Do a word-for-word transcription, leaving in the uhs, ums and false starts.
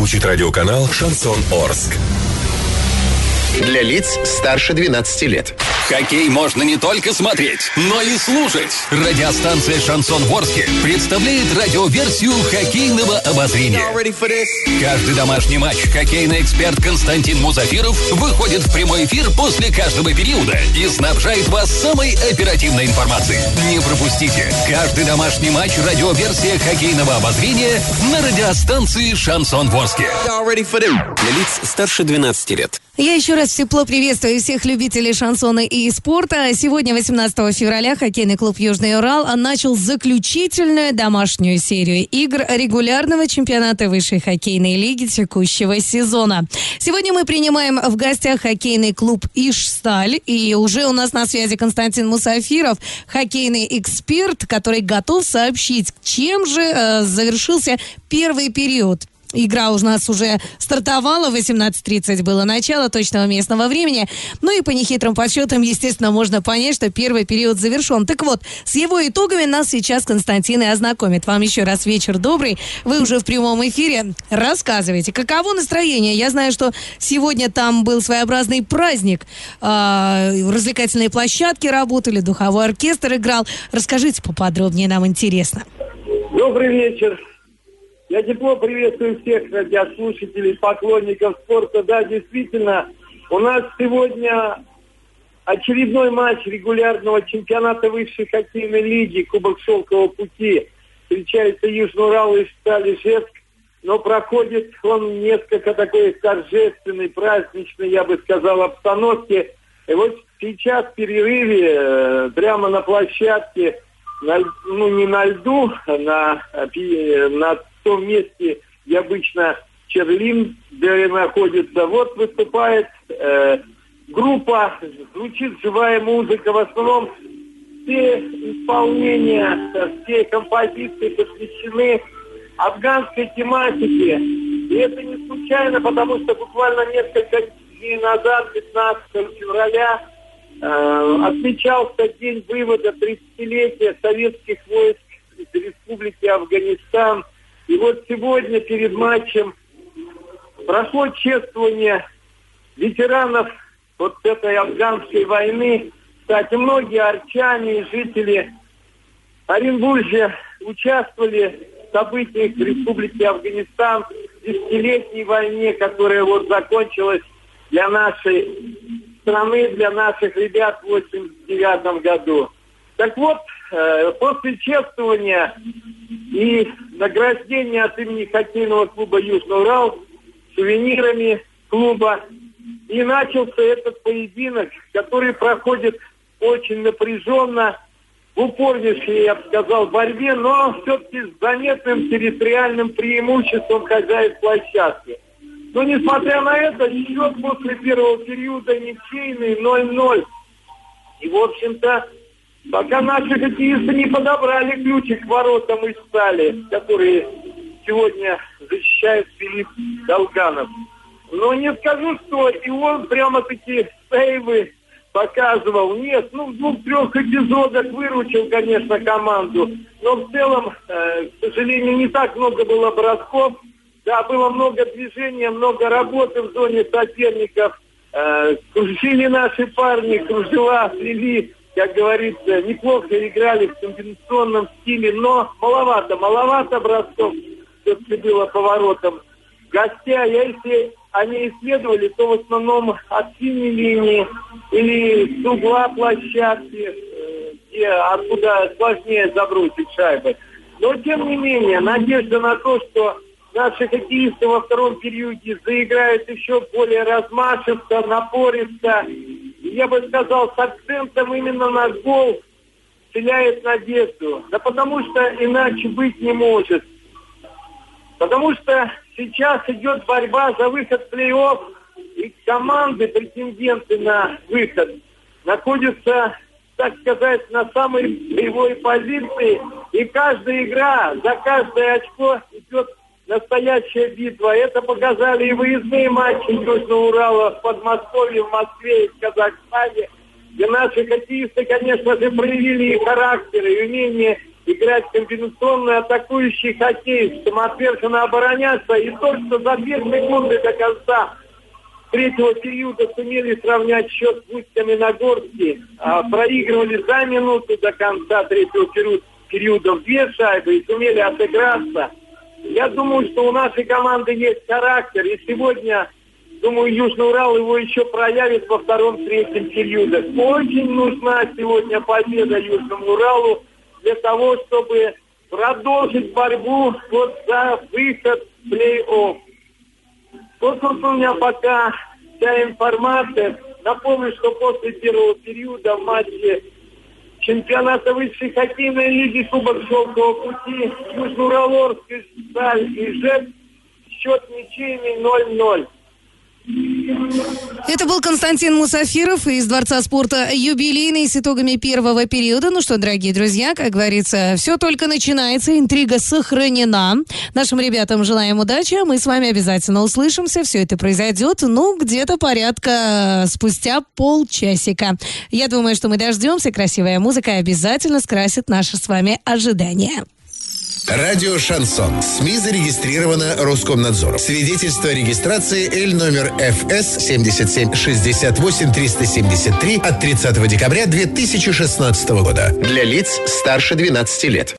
звучит радиоканал «Шансон Орск». Для лиц старше двенадцати лет. Хоккей можно не только смотреть, но и слушать. Радиостанция «Шансон Орске» представляет радиоверсию хоккейного обозрения. Каждый домашний матч хоккейный эксперт Константин Мусафиров выходит в прямой эфир после каждого периода и снабжает вас самой оперативной информацией. Не пропустите. Каждый домашний матч радиоверсия хоккейного обозрения на радиостанции «Шансон Орске». Для лиц старше двенадцати лет. Я еще раз тепло приветствую всех любителей шансона и спорта. Сегодня, восемнадцатого февраля, хоккейный клуб «Южный Урал» начал заключительную домашнюю серию игр регулярного чемпионата высшей хоккейной лиги текущего сезона. Сегодня мы принимаем в гостях хоккейный клуб «Ижсталь». И уже у нас на связи Константин Мусафиров, хоккейный эксперт, который готов сообщить, чем же э, завершился первый период. Игра у нас уже стартовала, в восемнадцать тридцать было начало точного местного времени. Ну и по нехитрым подсчетам, естественно, можно понять, что первый период завершен. Так вот, с его итогами нас сейчас Константин и ознакомит. Вам еще раз вечер добрый. Вы уже в прямом эфире. Рассказывайте, каково настроение? Я знаю, что сегодня там был своеобразный праздник. Развлекательные площадки работали, духовой оркестр играл. Расскажите поподробнее, нам интересно. Добрый вечер. Я тепло приветствую всех радиослушателей, поклонников спорта. Да, действительно, у нас сегодня очередной матч регулярного чемпионата высшей хоккейной лиги Кубок Шелкового пути. Встречается Южный Урал и Ижсталь Ижевск, но проходит он несколько такой торжественной, праздничной, я бы сказал, обстановки. И вот сейчас в перерыве прямо на площадке, на, ну не на льду, на, на в том месте, где обычно черлин находится, вот выступает э, группа, звучит живая музыка, в основном все исполнения, все композиции посвящены афганской тематике. И это не случайно, потому что буквально несколько дней назад, пятнадцатого февраля, э, отмечался день вывода тридцатилетия советских войск из Республики Афганистан. И вот сегодня перед матчем прошло чествование ветеранов вот этой афганской войны. Кстати, многие арчане и жители Оренбуржья участвовали в событиях в Республике Афганистан, в десятилетней войне, которая вот закончилась для нашей страны, для наших ребят в восемьдесят девятом году. Так вот, э, после чествования и награждения от имени хоккейного клуба «Южный Урал» сувенирами клуба и начался этот поединок, который проходит очень напряженно, в упорнейшей, я бы сказал, борьбе, но все-таки с заметным территориальным преимуществом хозяев площадки. Но несмотря на это, счет после первого периода ничейный ноль-ноль. И, в общем-то, пока наши хоккеисты не подобрали ключик к воротам Ижстали, которые сегодня защищает Филипп Долганов. Но не скажу, что и он прямо-таки сейвы показывал. Нет, ну в двух-трех эпизодах выручил, конечно, команду. Но в целом, э, к сожалению, не так много было бросков. Да, было много движения, много работы в зоне соперников. Э, кружили наши парни, кружева, плели. Как говорится, неплохо играли в комбинационном стиле, но маловато, маловато бросков все-таки было поворотом. Гостя, если они исследовали, то в основном от синей линии или с угла площадки, где, откуда сложнее забросить шайбы. Но, тем не менее, надежда на то, что наши хоккеисты во втором периоде заиграют еще более размашисто, напористо, я бы сказал, с акцентом именно на гол, вселяет надежду. Да потому что иначе быть не может. Потому что сейчас идет борьба за выход в плей-офф, и команды, претенденты на выход, находятся, так сказать, на самой боевой позиции. И каждая игра, за каждое очко идет настоящая битва. Это показали и выездные матчи Южного Урала в Подмосковье, в Москве и в Казахстане, где наши хоккеисты, конечно же, проявили и характер, и умение играть комбинационный атакующий хоккей, самоотверженно обороняться. И только что за две секунды до конца третьего периода сумели сравнять счет с Усть-Каменогорске. А проигрывали за минуту до конца третьего периода в две шайбы и сумели отыграться. Я думаю, что у нашей команды есть характер. И сегодня, думаю, Южный Урал его еще проявит во втором-третьем периодах. Очень нужна сегодня победа Южному Уралу для того, чтобы продолжить борьбу вот за выход в плей-офф. Вот тут у меня пока вся информация. Напомню, что после первого периода в матче чемпионата высшей хоккейной лиги Кубок Шелкового пути Южноуралорск, Сталь и ЖЭК счет ничейный ноль-ноль. Это был Константин Мусафиров из Дворца спорта «Юбилейный» с итогами первого периода. Ну что, дорогие друзья, как говорится, все только начинается, интрига сохранена. Нашим ребятам желаем удачи, а мы с вами обязательно услышимся. Все это произойдет, ну, где-то порядка спустя полчасика. Я думаю, что мы дождемся. Красивая музыка обязательно скрасит наши с вами ожидания. Радио «Шансон». СМИ зарегистрировано Роскомнадзором. Свидетельство о регистрации Л номер Ф С семь семь шесть восемь три семь три от тридцатого декабря две тысячи шестнадцатого года. Для лиц старше двенадцати лет.